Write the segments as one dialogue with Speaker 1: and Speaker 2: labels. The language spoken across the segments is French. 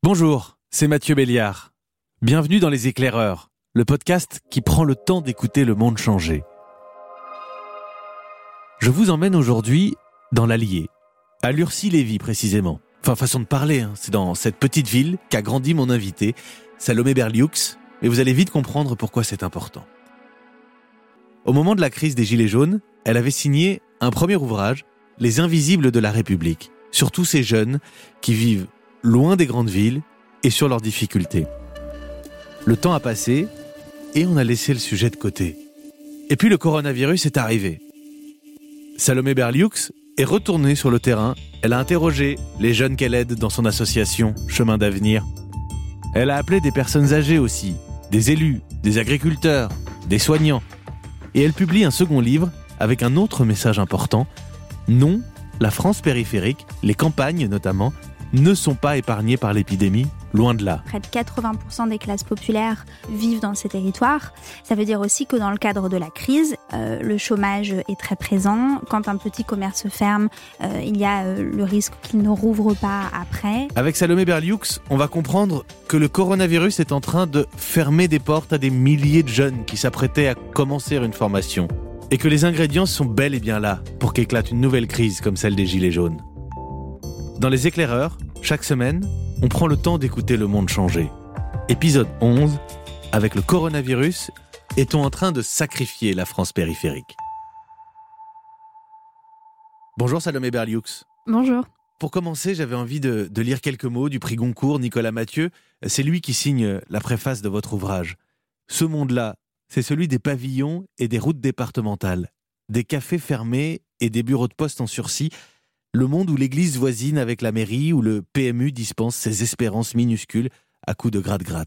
Speaker 1: Bonjour, c'est Mathieu Béliard. Bienvenue dans Les Éclaireurs, le podcast qui prend le temps d'écouter le monde changer. Je vous emmène aujourd'hui dans l'Allier, à Lurcy-Lévis précisément. Enfin, façon de parler, c'est dans cette petite ville qu'a grandi mon invité, Salomé Berlioux, et vous allez vite comprendre pourquoi c'est important. Au moment de la crise des Gilets jaunes, elle avait signé un premier ouvrage, Les Invisibles de la République, sur tous ces jeunes qui vivent loin des grandes villes et sur leurs difficultés. Le temps a passé et on a laissé le sujet de côté. Et puis le coronavirus est arrivé. Salomé Berlioux est retournée sur le terrain. Elle a interrogé les jeunes qu'elle aide dans son association Chemin d'avenir. Elle a appelé des personnes âgées aussi, des élus, des agriculteurs, des soignants. Et elle publie un second livre avec un autre message important. Non, la France périphérique, les campagnes notamment, ne sont pas épargnés par l'épidémie, loin de là.
Speaker 2: Près de 80% des classes populaires vivent dans ces territoires. Ça veut dire aussi que dans le cadre de la crise, le chômage est très présent. Quand un petit commerce ferme, il y a le risque qu'il ne rouvre pas après.
Speaker 1: Avec Salomé Berlioux, on va comprendre que le coronavirus est en train de fermer des portes à des milliers de jeunes qui s'apprêtaient à commencer une formation. Et que les ingrédients sont bel et bien là pour qu'éclate une nouvelle crise comme celle des Gilets jaunes. Dans Les Éclaireurs, chaque semaine, on prend le temps d'écouter le monde changer. Épisode 11, avec le coronavirus, est-on en train de sacrifier la France périphérique ? Bonjour Salomé Berlioux.
Speaker 2: Bonjour.
Speaker 1: Pour commencer, j'avais envie de lire quelques mots du prix Goncourt, Nicolas Mathieu. C'est lui qui signe la préface de votre ouvrage. Ce monde-là, c'est celui des pavillons et des routes départementales, des cafés fermés et des bureaux de poste en sursis. Le monde où l'église voisine avec la mairie, où le PMU dispense ses espérances minuscules à coups de gratte-gratte.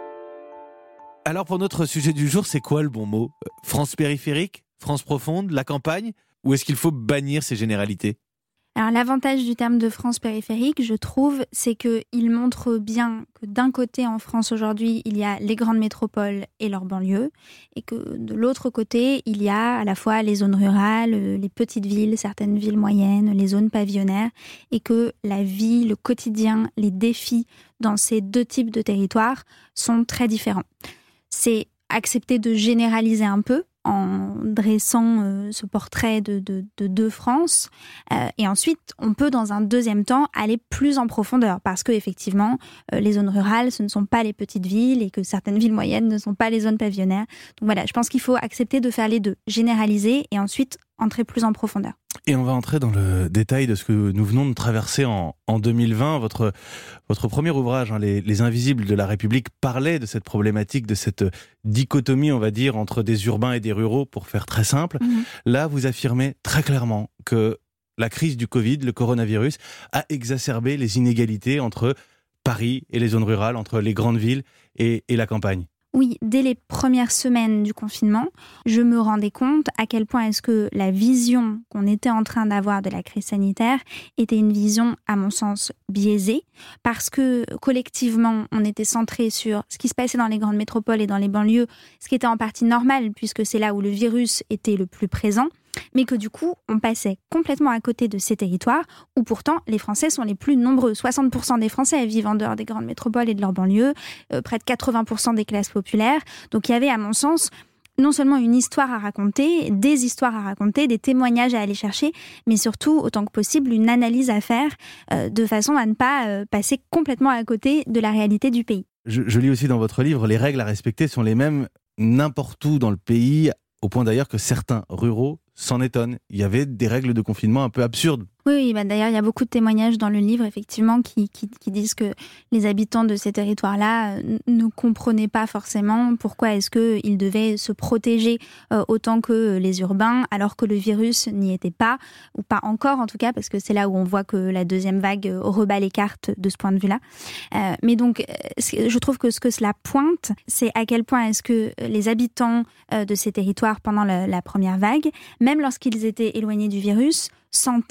Speaker 1: Alors pour notre sujet du jour, c'est quoi le bon mot ? France périphérique ? France profonde ? La campagne ? Ou est-ce qu'il faut bannir ces généralités ?
Speaker 2: Alors l'avantage du terme de France périphérique, je trouve, c'est qu'il montre bien que d'un côté en France aujourd'hui, il y a les grandes métropoles et leurs banlieues, et que de l'autre côté, il y a à la fois les zones rurales, les petites villes, certaines villes moyennes, les zones pavillonnaires, et que la vie, le quotidien, les défis dans ces deux types de territoires sont très différents. C'est accepter de généraliser un peu, en dressant ce portrait de deux France. Et ensuite, on peut, dans un deuxième temps, aller plus en profondeur. Parce que effectivement, les zones rurales, ce ne sont pas les petites villes et que certaines villes moyennes ne sont pas les zones pavillonnaires. Donc voilà, je pense qu'il faut accepter de faire les deux. Généraliser et ensuite entrer plus en profondeur.
Speaker 1: Et on va entrer dans le détail de ce que nous venons de traverser en 2020. Votre premier ouvrage, Les Invisibles de la République, parlait de cette problématique, de cette dichotomie, on va dire, entre des urbains et des ruraux, pour faire très simple. Là, vous affirmez très clairement que la crise du Covid, le coronavirus, a exacerbé les inégalités entre Paris et les zones rurales, entre les grandes villes et la campagne.
Speaker 2: Oui, dès les premières semaines du confinement, je me rendais compte à quel point est-ce que la vision qu'on était en train d'avoir de la crise sanitaire était une vision, à mon sens, biaisée, parce que collectivement, on était centré sur ce qui se passait dans les grandes métropoles et dans les banlieues, ce qui était en partie normal, puisque c'est là où le virus était le plus présent, mais que du coup, on passait complètement à côté de ces territoires où pourtant les Français sont les plus nombreux. 60% des Français vivent en dehors des grandes métropoles et de leurs banlieues, près de 80% des classes populaires. Donc il y avait, à mon sens, non seulement une histoire à raconter, des histoires à raconter, des témoignages à aller chercher, mais surtout, autant que possible, une analyse à faire de façon à ne pas passer complètement à côté de la réalité du pays.
Speaker 1: Je lis aussi dans votre livre, les règles à respecter sont les mêmes n'importe où dans le pays, au point d'ailleurs que certains ruraux s'en étonnent. Il y avait des règles de confinement un peu absurdes.
Speaker 2: Oui, d'ailleurs, il y a beaucoup de témoignages dans le livre, effectivement, qui disent que les habitants de ces territoires-là ne comprenaient pas forcément pourquoi est-ce qu'ils devaient se protéger autant que les urbains, alors que le virus n'y était pas, ou pas encore en tout cas, parce que c'est là où on voit que la deuxième vague rebat les cartes de ce point de vue-là. Mais donc, je trouve que ce que cela pointe, c'est à quel point est-ce que les habitants de ces territoires, pendant la première vague, même lorsqu'ils étaient éloignés du virus, sentaient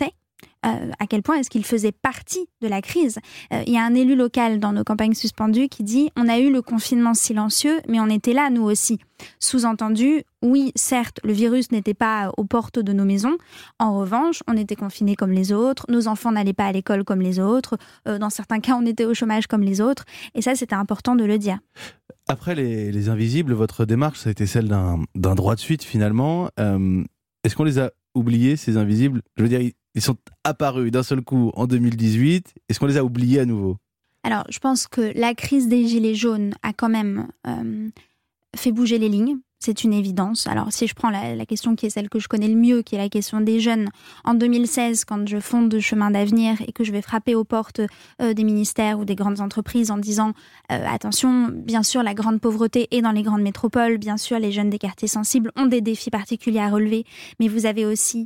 Speaker 2: à quel point est-ce qu'ils faisaient partie de la crise. Il y a un élu local dans nos campagnes suspendues qui dit « On a eu le confinement silencieux, mais on était là, nous aussi ». Sous-entendu, oui, certes, le virus n'était pas aux portes de nos maisons. En revanche, on était confinés comme les autres, nos enfants n'allaient pas à l'école comme les autres, dans certains cas, on était au chômage comme les autres. Et ça, c'était important de le dire.
Speaker 1: Après les invisibles, votre démarche, ça a été celle d'un droit de suite, finalement. Est-ce qu'on les a oubliés, ces invisibles ? Je veux dire, ils sont apparus d'un seul coup en 2018. Est-ce qu'on les a oubliés à nouveau ?
Speaker 2: Alors, je pense que la crise des Gilets jaunes a quand même fait bouger les lignes. C'est une évidence. Alors, si je prends la question qui est celle que je connais le mieux, qui est la question des jeunes, en 2016, quand je fonde Chemin d'avenir et que je vais frapper aux portes des ministères ou des grandes entreprises en disant attention, bien sûr, la grande pauvreté est dans les grandes métropoles, bien sûr, les jeunes des quartiers sensibles ont des défis particuliers à relever, mais vous avez aussi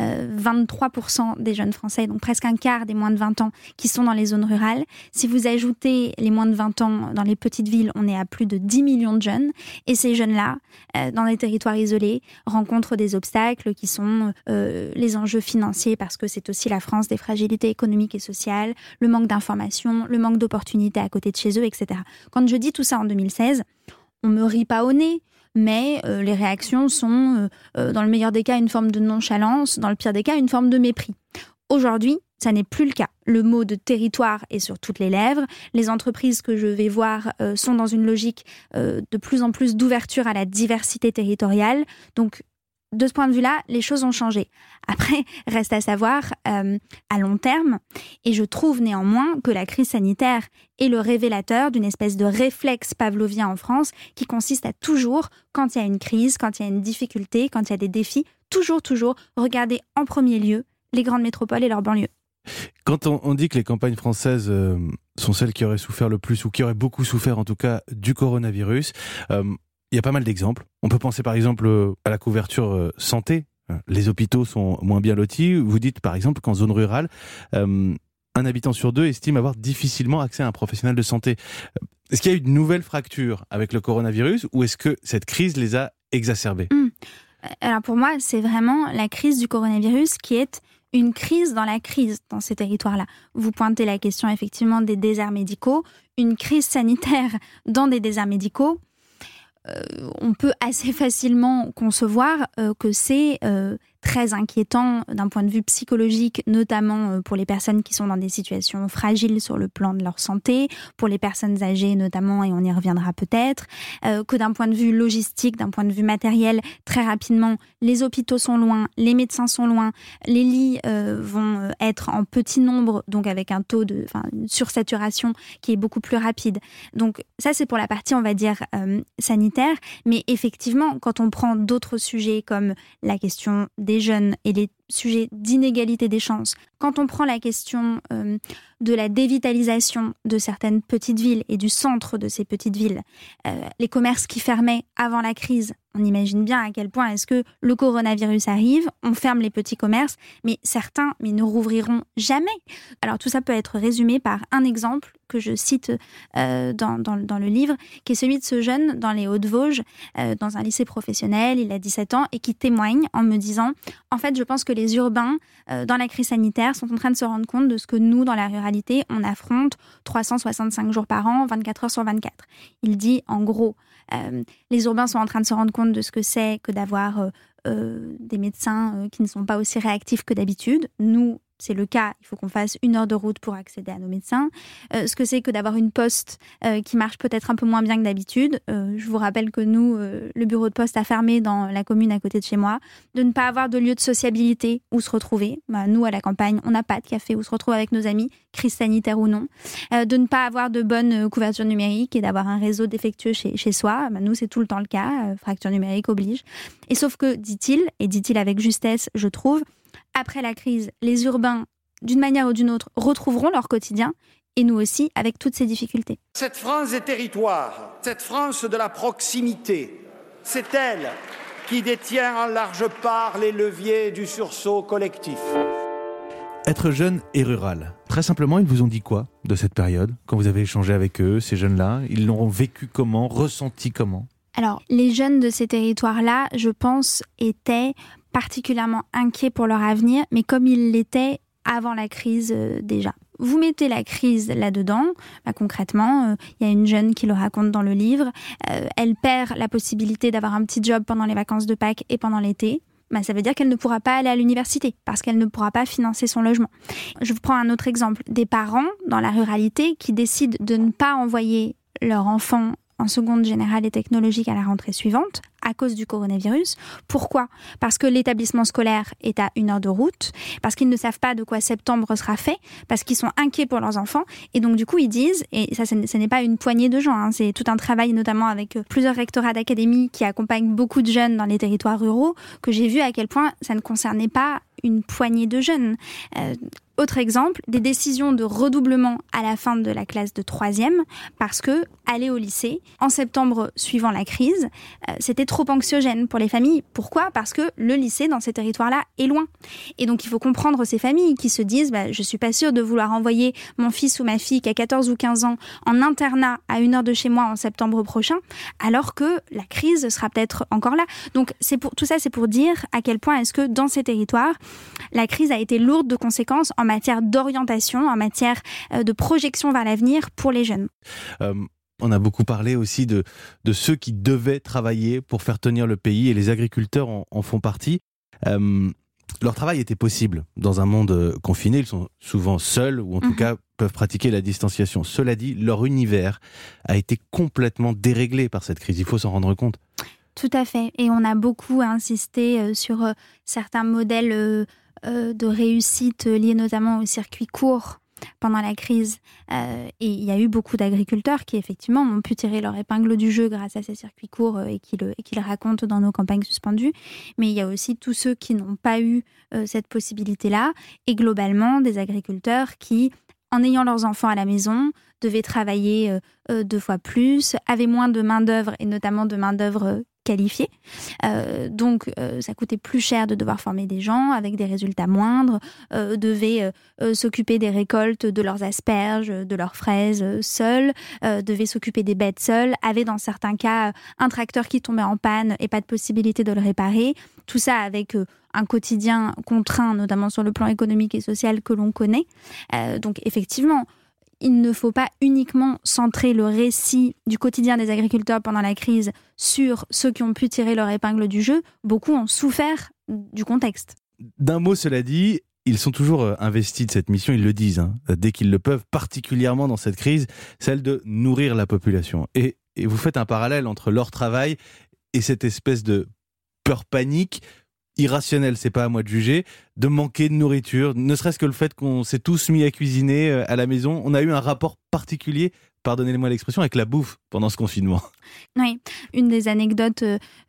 Speaker 2: 23% des jeunes Français, donc presque un quart des moins de 20 ans, qui sont dans les zones rurales. Si vous ajoutez les moins de 20 ans dans les petites villes, on est à plus de 10 millions de jeunes, et ces jeunes-là, dans les territoires isolés, rencontrent des obstacles qui sont les enjeux financiers, parce que c'est aussi la France des fragilités économiques et sociales, le manque d'informations, le manque d'opportunités à côté de chez eux, etc. Quand je dis tout ça en 2016, on me rit pas au nez, mais les réactions sont, dans le meilleur des cas, une forme de nonchalance, dans le pire des cas, une forme de mépris. Aujourd'hui, ça n'est plus le cas. Le mot de territoire est sur toutes les lèvres. Les entreprises que je vais voir sont dans une logique de plus en plus d'ouverture à la diversité territoriale. Donc, de ce point de vue-là, les choses ont changé. Après, reste à savoir à long terme, et je trouve néanmoins que la crise sanitaire est le révélateur d'une espèce de réflexe pavlovien en France qui consiste à toujours, quand il y a une crise, quand il y a une difficulté, quand il y a des défis, toujours regarder en premier lieu les grandes métropoles et leurs banlieues.
Speaker 1: Quand on dit que les campagnes françaises sont celles qui auraient souffert le plus, ou qui auraient beaucoup souffert en tout cas du coronavirus, il y a pas mal d'exemples. On peut penser par exemple à la couverture santé. Les hôpitaux sont moins bien lotis. Vous dites par exemple qu'en zone rurale, un habitant sur deux estime avoir difficilement accès à un professionnel de santé. Est-ce qu'il y a eu de nouvelles fractures avec le coronavirus, ou est-ce que cette crise les a exacerbées ?
Speaker 2: Alors pour moi, c'est vraiment la crise du coronavirus qui est une crise dans la crise dans ces territoires-là. Vous pointez la question effectivement des déserts médicaux. Une crise sanitaire dans des déserts médicaux, on peut assez facilement concevoir que c'est très inquiétant d'un point de vue psychologique, notamment pour les personnes qui sont dans des situations fragiles sur le plan de leur santé, pour les personnes âgées notamment, et on y reviendra peut-être, que d'un point de vue logistique, d'un point de vue matériel, très rapidement, les hôpitaux sont loin, les médecins sont loin, les lits vont être en petit nombre, donc avec un taux de une sursaturation qui est beaucoup plus rapide. Donc ça, c'est pour la partie, on va dire, sanitaire, mais effectivement, quand on prend d'autres sujets comme la question des jeunes et les sujets d'inégalité des chances, quand on prend la question de la dévitalisation de certaines petites villes et du centre de ces petites villes, les commerces qui fermaient avant la crise, on imagine bien à quel point est-ce que le coronavirus arrive, on ferme les petits commerces, mais certains ne rouvriront jamais. Alors tout ça peut être résumé par un exemple que je cite dans le livre, qui est celui de ce jeune dans les Hauts-de-Vosges, dans un lycée professionnel, il a 17 ans, et qui témoigne en me disant « En fait, je pense que les urbains, dans la crise sanitaire, sont en train de se rendre compte de ce que nous, dans la ruralité, on affronte 365 jours par an, 24 heures sur 24. » Il dit, en gros, les urbains sont en train de se rendre compte de ce que c'est que d'avoir des médecins qui ne sont pas aussi réactifs que d'habitude. Nous, c'est le cas, il faut qu'on fasse 1 heure de route pour accéder à nos médecins. Ce que c'est que d'avoir une poste qui marche peut-être un peu moins bien que d'habitude. Je vous rappelle que nous, le bureau de poste a fermé dans la commune à côté de chez moi. De ne pas avoir de lieu de sociabilité où se retrouver. Nous, à la campagne, on n'a pas de café où se retrouver avec nos amis, crise sanitaire ou non. De ne pas avoir de bonne couverture numérique et d'avoir un réseau défectueux chez soi. Nous, c'est tout le temps le cas. Fracture numérique oblige. Et sauf que, dit-il, et dit-il avec justesse, je trouve, après la crise, les urbains, d'une manière ou d'une autre, retrouveront leur quotidien, et nous aussi, avec toutes ces difficultés.
Speaker 3: Cette France des territoires, cette France de la proximité, c'est elle qui détient en large part les leviers du sursaut collectif.
Speaker 1: Être jeune et rural, très simplement, ils vous ont dit quoi de cette période, quand vous avez échangé avec eux, ces jeunes-là? Ils l'ont vécu comment, ressenti comment?
Speaker 2: Alors, les jeunes de ces territoires-là, je pense, étaient particulièrement inquiets pour leur avenir, mais comme ils l'étaient avant la crise déjà. Vous mettez la crise là-dedans, concrètement, il y a une jeune qui le raconte dans le livre, elle perd la possibilité d'avoir un petit job pendant les vacances de Pâques et pendant l'été. Ça veut dire qu'elle ne pourra pas aller à l'université parce qu'elle ne pourra pas financer son logement. Je vous prends un autre exemple. Des parents dans la ruralité qui décident de ne pas envoyer leur enfant en seconde générale et technologique à la rentrée suivante à cause du coronavirus. Pourquoi ? Parce que l'établissement scolaire est à 1 heure de route, parce qu'ils ne savent pas de quoi septembre sera fait, parce qu'ils sont inquiets pour leurs enfants. Et donc, du coup, ils disent, et ça, ce n'est pas une poignée de gens, c'est tout un travail, notamment avec plusieurs rectorats d'académie qui accompagnent beaucoup de jeunes dans les territoires ruraux, que j'ai vu à quel point ça ne concernait pas une poignée de jeunes. Autre exemple, des décisions de redoublement à la fin de la classe de 3e, parce que aller au lycée, en septembre suivant la crise, c'était trop anxiogène pour les familles. Pourquoi ? Parce que le lycée, dans ces territoires-là, est loin. Et donc, il faut comprendre ces familles qui se disent je suis pas sûre de vouloir envoyer mon fils ou ma fille qui a 14 ou 15 ans en internat à 1 heure de chez moi en septembre prochain, alors que la crise sera peut-être encore là. Donc, tout ça, c'est pour dire à quel point est-ce que dans ces territoires, la crise a été lourde de conséquences en matière d'orientation, en matière de projection vers l'avenir pour les jeunes.
Speaker 1: On a beaucoup parlé aussi de ceux qui devaient travailler pour faire tenir le pays, et les agriculteurs en font partie. Leur travail était possible dans un monde confiné. Ils sont souvent seuls, ou en tout cas peuvent pratiquer la distanciation. Cela dit, leur univers a été complètement déréglé par cette crise. Il faut s'en rendre compte.
Speaker 2: Tout à fait. Et on a beaucoup insisté sur certains modèles de réussite liés notamment au circuit court pendant la crise. Et il y a eu beaucoup d'agriculteurs qui, effectivement, ont pu tirer leur épingle du jeu grâce à ces circuits courts et qui le racontent dans nos campagnes suspendues. Mais il y a aussi tous ceux qui n'ont pas eu cette possibilité-là. Et globalement, des agriculteurs qui, en ayant leurs enfants à la maison, devaient travailler 2 fois plus, avaient moins de main-d'œuvre et notamment de main-d'œuvre qualifiés. Donc, ça coûtait plus cher de devoir former des gens avec des résultats moindres, devaient s'occuper des récoltes de leurs asperges, de leurs fraises seuls, devaient s'occuper des bêtes seuls, avaient dans certains cas un tracteur qui tombait en panne et pas de possibilité de le réparer. Tout ça avec un quotidien contraint, notamment sur le plan économique et social que l'on connaît. Donc, effectivement, il ne faut pas uniquement centrer le récit du quotidien des agriculteurs pendant la crise sur ceux qui ont pu tirer leur épingle du jeu. Beaucoup ont souffert du contexte.
Speaker 1: D'un mot, cela dit, ils sont toujours investis de cette mission, ils le disent, dès qu'ils le peuvent, particulièrement dans cette crise, celle de nourrir la population. Et vous faites un parallèle entre leur travail et cette espèce de peur panique irrationnel, c'est pas à moi de juger, de manquer de nourriture, ne serait-ce que le fait qu'on s'est tous mis à cuisiner à la maison. On a eu un rapport particulier, pardonnez-moi l'expression, avec la bouffe pendant ce confinement.
Speaker 2: Oui, une des anecdotes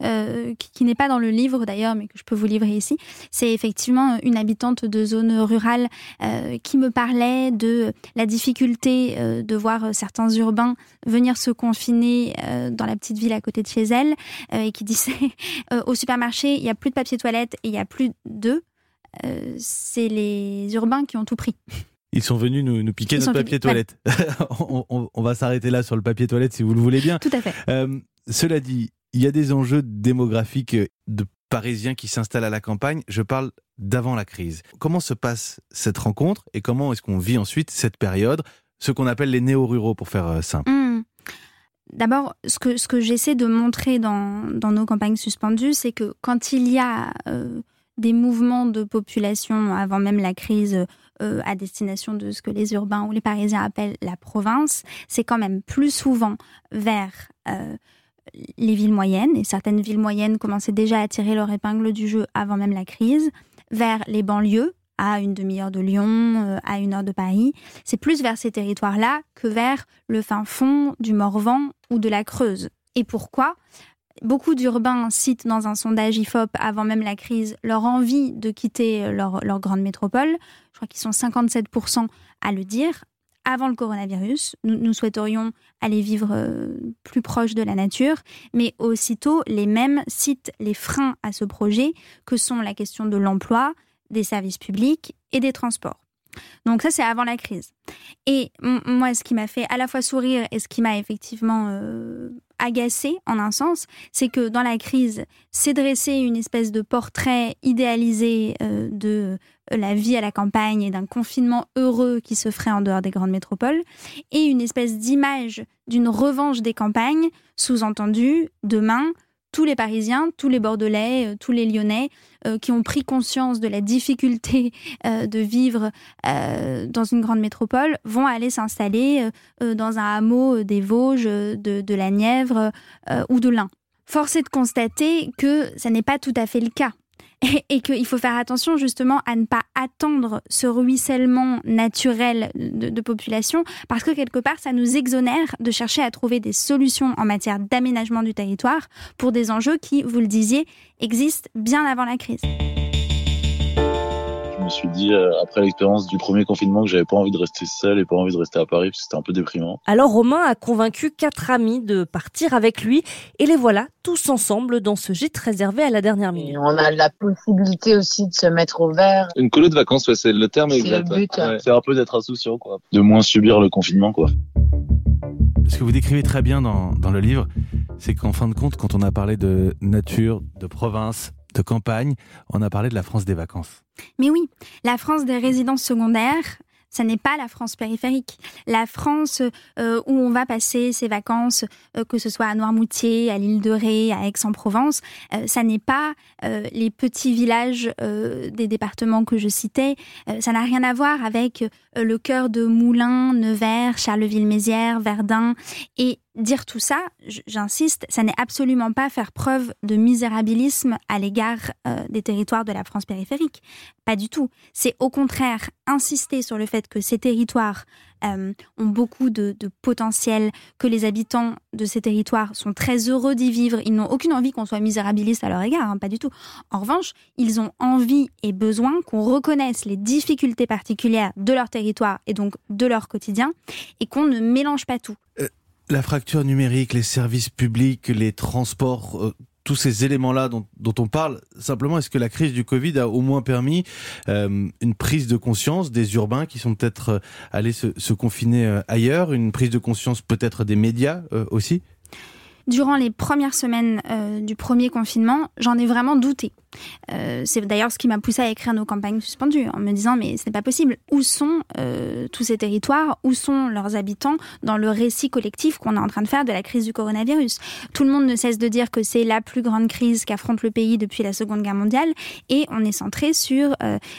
Speaker 2: qui n'est pas dans le livre d'ailleurs, mais que je peux vous livrer ici, c'est effectivement une habitante de zone rurale qui me parlait de la difficulté de voir certains urbains venir se confiner dans la petite ville à côté de chez elle, et qui disait au supermarché, il n'y a plus de papier toilette et il n'y a plus d'œufs. C'est les urbains qui ont tout pris.
Speaker 1: Ils sont venus nous piquer notre papier toilette. Ouais. on va s'arrêter là sur le papier toilette si vous le voulez bien.
Speaker 2: Tout à fait.
Speaker 1: Cela dit, il y a des enjeux démographiques de Parisiens qui s'installent à la campagne. Je parle d'avant la crise. Comment se passe cette rencontre et comment est-ce qu'on vit ensuite cette période, ce qu'on appelle les néo-ruraux pour faire simple?
Speaker 2: D'abord, ce que j'essaie de montrer dans nos campagnes suspendues, c'est que quand il y a des mouvements de population avant même la crise à destination de ce que les urbains ou les Parisiens appellent la province, c'est quand même plus souvent vers les villes moyennes, et certaines villes moyennes commençaient déjà à tirer leur épingle du jeu avant même la crise, vers les banlieues, à 1 demi-heure de Lyon, à 1 heure de Paris. C'est plus vers ces territoires-là que vers le fin fond du Morvan ou de la Creuse. Et pourquoi ? Beaucoup d'urbains citent dans un sondage IFOP avant même la crise leur envie de quitter leur grande métropole. Je crois qu'ils sont 57% à le dire. Avant le coronavirus, nous souhaiterions aller vivre plus proche de la nature, mais aussitôt les mêmes citent les freins à ce projet que sont la question de l'emploi, des services publics et des transports. Donc ça, c'est avant la crise. Et moi, ce qui m'a fait à la fois sourire et ce qui m'a effectivement agacé en un sens, c'est que dans la crise, c'est dressé une espèce de portrait idéalisé de la vie à la campagne et d'un confinement heureux qui se ferait en dehors des grandes métropoles, et une espèce d'image d'une revanche des campagnes, sous-entendu, demain, tous les Parisiens, tous les Bordelais, tous les Lyonnais qui ont pris conscience de la difficulté de vivre dans une grande métropole vont aller s'installer dans un hameau des Vosges, de la Nièvre ou de l'Ain. Force est de constater que ça n'est pas tout à fait le cas. Et qu'il faut faire attention justement à ne pas attendre ce ruissellement naturel de population, parce que quelque part, ça nous exonère de chercher à trouver des solutions en matière d'aménagement du territoire pour des enjeux qui, vous le disiez, existent bien avant la crise.
Speaker 4: Je me suis dit, après l'expérience du premier confinement, que j'avais pas envie de rester seul et pas envie de rester à Paris, parce que c'était un peu déprimant.
Speaker 5: Alors Romain a convaincu 4 amis de partir avec lui, et les voilà tous ensemble dans ce gîte réservé à la dernière minute.
Speaker 6: Et on a la possibilité aussi de se mettre au vert.
Speaker 4: Une colo de vacances, ouais, c'est le terme exact.
Speaker 6: C'est le but.
Speaker 4: Ouais. C'est un peu d'être insouciant, quoi. De moins subir le confinement, quoi.
Speaker 1: Ce que vous décrivez très bien dans le livre, c'est qu'en fin de compte, quand on a parlé de nature, de province, de campagne, on a parlé de la France des vacances.
Speaker 2: Mais oui, la France des résidences secondaires, ça n'est pas la France périphérique. La France où on va passer ses vacances, que ce soit à Noirmoutier, à l'île de Ré, à Aix-en-Provence, ça n'est pas les petits villages des départements que je citais. Ça n'a rien à voir avec le cœur de Moulins, Nevers, Charleville-Mézières, Verdun. Et dire tout ça, j'insiste, ça n'est absolument pas faire preuve de misérabilisme à l'égard des territoires de la France périphérique. Pas du tout. C'est au contraire insister sur le fait que ces territoires ont beaucoup de potentiel, que les habitants de ces territoires sont très heureux d'y vivre. Ils n'ont aucune envie qu'on soit misérabiliste à leur égard, pas du tout. En revanche, ils ont envie et besoin qu'on reconnaisse les difficultés particulières de leur territoire et donc de leur quotidien, et qu'on ne mélange pas tout.
Speaker 1: La fracture numérique, les services publics, les transports, tous ces éléments-là dont on parle, simplement, est-ce que la crise du Covid a au moins permis une prise de conscience des urbains qui sont peut-être allés se confiner ailleurs, une prise de conscience peut-être des médias aussi ?
Speaker 2: Durant les premières semaines du premier confinement, j'en ai vraiment douté. C'est d'ailleurs ce qui m'a poussée à écrire Nos campagnes suspendues, en me disant mais ce n'est pas possible. Où sont tous ces territoires ? Où sont leurs habitants dans le récit collectif qu'on est en train de faire de la crise du coronavirus ? Tout le monde ne cesse de dire que c'est la plus grande crise qu'affronte le pays depuis la Seconde Guerre mondiale, et on est centré sur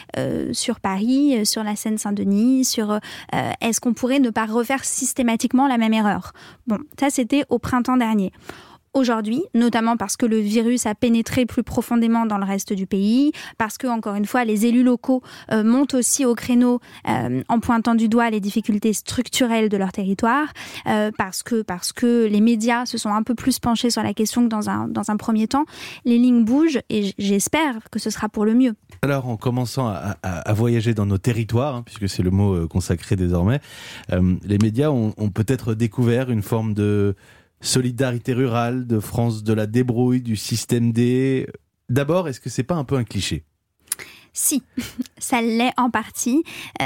Speaker 2: Paris, sur la Seine-Saint-Denis, sur est-ce qu'on pourrait ne pas refaire systématiquement la même erreur ? Bon, ça c'était au printemps dernier. Aujourd'hui, notamment parce que le virus a pénétré plus profondément dans le reste du pays, parce que, encore une fois, les élus locaux montent aussi au créneau en pointant du doigt les difficultés structurelles de leur territoire, parce que les médias se sont un peu plus penchés sur la question que dans un premier temps. Les lignes bougent et j'espère que ce sera pour le mieux.
Speaker 1: Alors, en commençant à voyager dans nos territoires, puisque c'est le mot consacré désormais, les médias ont peut-être découvert une forme de solidarité rurale, de France de la débrouille, du système D. D'abord, est-ce que c'est pas un peu un cliché ?
Speaker 2: Si, ça l'est en partie.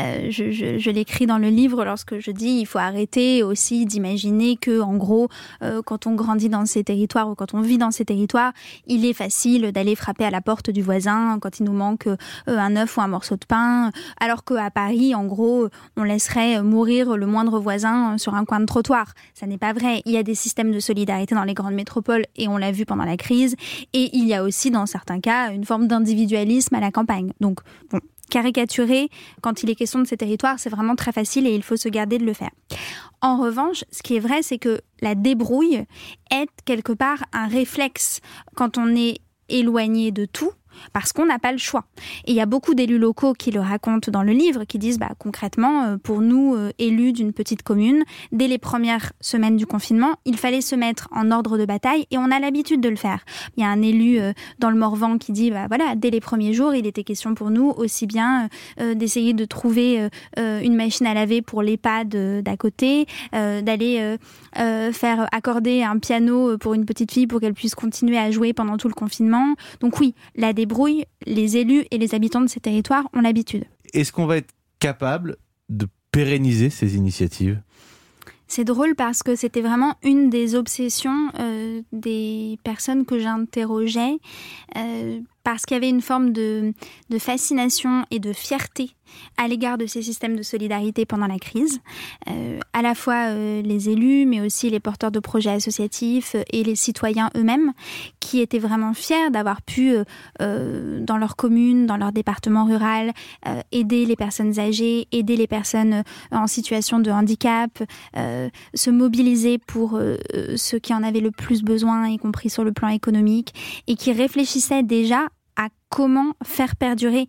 Speaker 2: Je l'écris dans le livre lorsque je dis il faut arrêter aussi d'imaginer que, en gros, quand on grandit dans ces territoires ou quand on vit dans ces territoires, il est facile d'aller frapper à la porte du voisin quand il nous manque un œuf ou un morceau de pain, alors qu'à Paris, en gros, on laisserait mourir le moindre voisin sur un coin de trottoir. Ça n'est pas vrai. Il y a des systèmes de solidarité dans les grandes métropoles et on l'a vu pendant la crise. Et il y a aussi, dans certains cas, une forme d'individualisme à la campagne. Donc, bon, caricaturer, quand il est question de ces territoires, c'est vraiment très facile et il faut se garder de le faire. En revanche, ce qui est vrai, c'est que la débrouille est quelque part un réflexe quand on est éloigné de tout, parce qu'on n'a pas le choix. Et il y a beaucoup d'élus locaux qui le racontent dans le livre, qui disent concrètement, pour nous, élus d'une petite commune, dès les premières semaines du confinement, il fallait se mettre en ordre de bataille et on a l'habitude de le faire. Il y a un élu dans le Morvan qui dit, dès les premiers jours, il était question pour nous aussi bien d'essayer de trouver une machine à laver pour l'EHPAD d'à côté, d'aller faire accorder un piano pour une petite fille pour qu'elle puisse continuer à jouer pendant tout le confinement. Donc oui, la débrouille, les élus et les habitants de ces territoires ont l'habitude.
Speaker 1: Est-ce qu'on va être capable de pérenniser ces initiatives ?
Speaker 2: C'est drôle parce que c'était vraiment une des obsessions des personnes que j'interrogeais, parce qu'il y avait une forme de fascination et de fierté à l'égard de ces systèmes de solidarité pendant la crise. À la fois les élus, mais aussi les porteurs de projets associatifs et les citoyens eux-mêmes, qui étaient vraiment fiers d'avoir pu, dans leur commune, dans leur département rural, aider les personnes âgées, aider les personnes en situation de handicap, se mobiliser pour ceux qui en avaient le plus besoin, y compris sur le plan économique, et qui réfléchissaient déjà à comment faire perdurer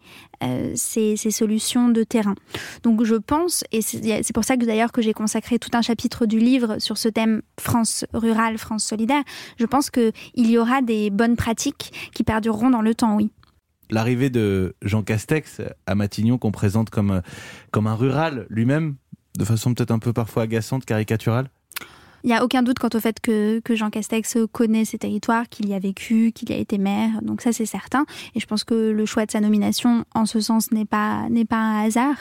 Speaker 2: ces solutions de terrain. Donc je pense, et c'est pour ça que d'ailleurs que j'ai consacré tout un chapitre du livre sur ce thème France rurale, France solidaire, je pense qu'il y aura des bonnes pratiques qui perdureront dans le temps, oui.
Speaker 1: L'arrivée de Jean Castex à Matignon, qu'on présente comme un rural lui-même, de façon peut-être un peu parfois agaçante, caricaturale.
Speaker 2: Il n'y a aucun doute quant au fait que Jean Castex connaît ces territoires, qu'il y a vécu, qu'il y a été maire, donc ça c'est certain. Et je pense que le choix de sa nomination, en ce sens, n'est pas un hasard.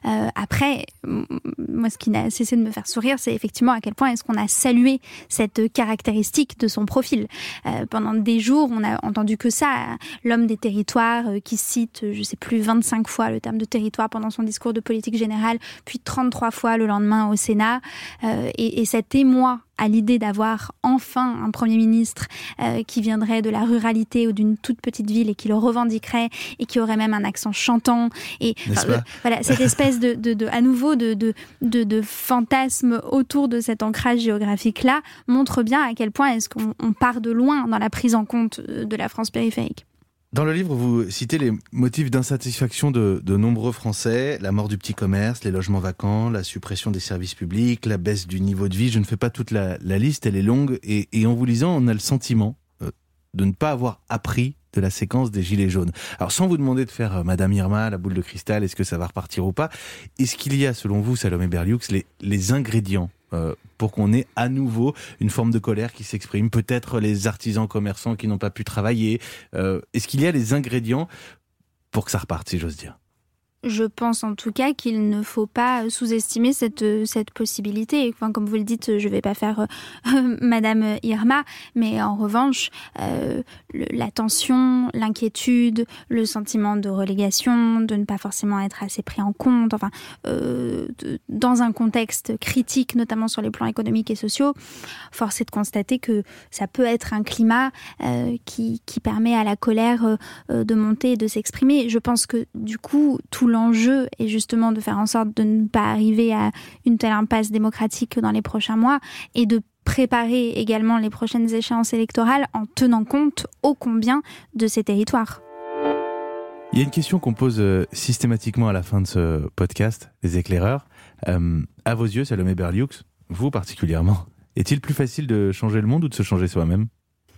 Speaker 2: Après, moi ce qui n'a cessé de me faire sourire, c'est effectivement à quel point est-ce qu'on a salué cette caractéristique de son profil. Pendant des jours, on n'a entendu que ça. L'homme des territoires qui cite, je ne sais plus, 25 fois le terme de territoire pendant son discours de politique générale, puis 33 fois le lendemain au Sénat. Et cet émoi à l'idée d'avoir enfin un Premier ministre qui viendrait de la ruralité ou d'une toute petite ville et qui le revendiquerait et qui aurait même un accent chantant. Et voilà, cette espèce à nouveau de fantasme autour de cet ancrage géographique-là montre bien à quel point est-ce qu'on part de loin dans la prise en compte de la France périphérique.
Speaker 1: Dans le livre, vous citez les motifs d'insatisfaction de nombreux Français, la mort du petit commerce, les logements vacants, la suppression des services publics, la baisse du niveau de vie. Je ne fais pas toute la liste, elle est longue. Et en vous lisant, on a le sentiment de ne pas avoir appris de la séquence des Gilets jaunes. Alors, sans vous demander de faire Madame Irma, la boule de cristal, est-ce que ça va repartir ou pas, est-ce qu'il y a, selon vous, Salomé Berlioux, les ingrédients pour qu'on ait à nouveau une forme de colère qui s'exprime, peut-être les artisans commerçants qui n'ont pas pu travailler. Est-ce qu'il y a les ingrédients pour que ça reparte, si j'ose dire ?
Speaker 2: Je pense en tout cas qu'il ne faut pas sous-estimer cette possibilité. Enfin, comme vous le dites, je ne vais pas faire Madame Irma, mais en revanche, la tension, l'inquiétude, le sentiment de relégation, de ne pas forcément être assez pris en compte, enfin, dans un contexte critique, notamment sur les plans économiques et sociaux, force est de constater que ça peut être un climat qui permet à la colère de monter et de s'exprimer. Je pense que du coup, tout l'enjeu est justement de faire en sorte de ne pas arriver à une telle impasse démocratique dans les prochains mois et de préparer également les prochaines échéances électorales en tenant compte ô combien de ces territoires.
Speaker 1: Il y a une question qu'on pose systématiquement à la fin de ce podcast, les éclaireurs. À vos yeux, Salomé Berlioux, vous particulièrement, est-il plus facile de changer le monde ou de se changer soi-même ?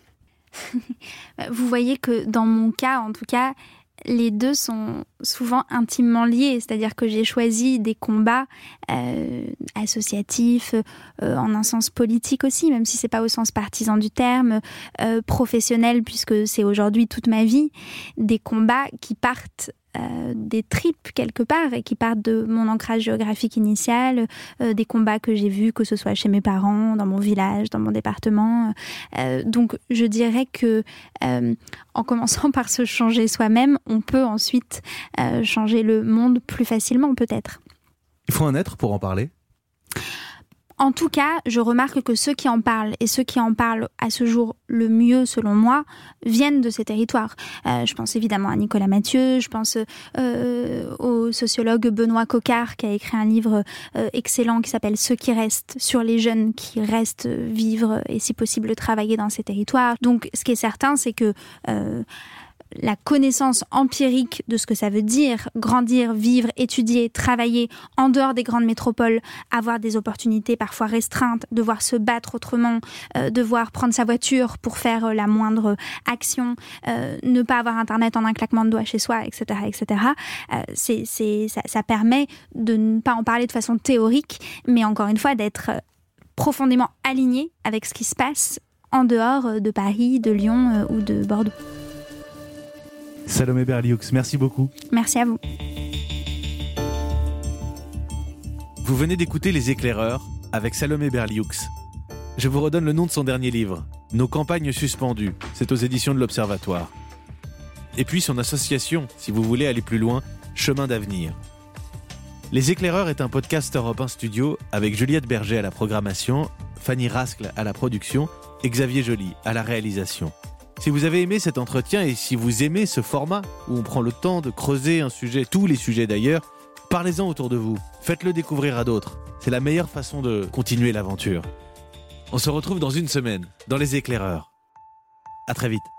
Speaker 2: Vous voyez que dans mon cas, en tout cas, les deux sont souvent intimement liés, c'est-à-dire que j'ai choisi des combats associatifs, en un sens politique aussi, même si c'est pas au sens partisan du terme, professionnel, puisque c'est aujourd'hui toute ma vie, des combats qui partent des tripes quelque part et qui partent de mon ancrage géographique initial, des combats que j'ai vus, que ce soit chez mes parents, dans mon village, dans mon département. Donc je dirais que en commençant par se changer soi-même, on peut ensuite changer le monde plus facilement peut-être.
Speaker 1: Il faut un être pour en parler ?
Speaker 2: En tout cas, je remarque que ceux qui en parlent, et ceux qui en parlent à ce jour le mieux, selon moi, viennent de ces territoires. Je pense évidemment à Nicolas Mathieu, je pense au sociologue Benoît Coquart, qui a écrit un livre excellent qui s'appelle « Ceux qui restent », sur les jeunes qui restent vivre et si possible travailler dans ces territoires. Donc, ce qui est certain, c'est que la connaissance empirique de ce que ça veut dire, grandir, vivre, étudier, travailler en dehors des grandes métropoles, avoir des opportunités parfois restreintes, devoir se battre autrement, devoir prendre sa voiture pour faire la moindre action, ne pas avoir Internet en un claquement de doigts chez soi, etc., etc. Ça permet de ne pas en parler de façon théorique, mais encore une fois d'être profondément aligné avec ce qui se passe en dehors de Paris, de Lyon ou de Bordeaux.
Speaker 1: Salomé Berlioux, merci beaucoup.
Speaker 2: Merci à vous.
Speaker 1: Vous venez d'écouter Les Éclaireurs, avec Salomé Berlioux. Je vous redonne le nom de son dernier livre, Nos campagnes suspendues. C'est aux éditions de l'Observatoire. Et puis son association, si vous voulez aller plus loin, Chemin d'avenir. Les Éclaireurs est un podcast Europe 1 Studio avec Juliette Berger à la programmation, Fanny Rascle à la production et Xavier Joly à la réalisation. Si vous avez aimé cet entretien et si vous aimez ce format où on prend le temps de creuser un sujet, tous les sujets d'ailleurs, parlez-en autour de vous, faites-le découvrir à d'autres. C'est la meilleure façon de continuer l'aventure. On se retrouve dans une semaine, dans Les Éclaireurs. À très vite.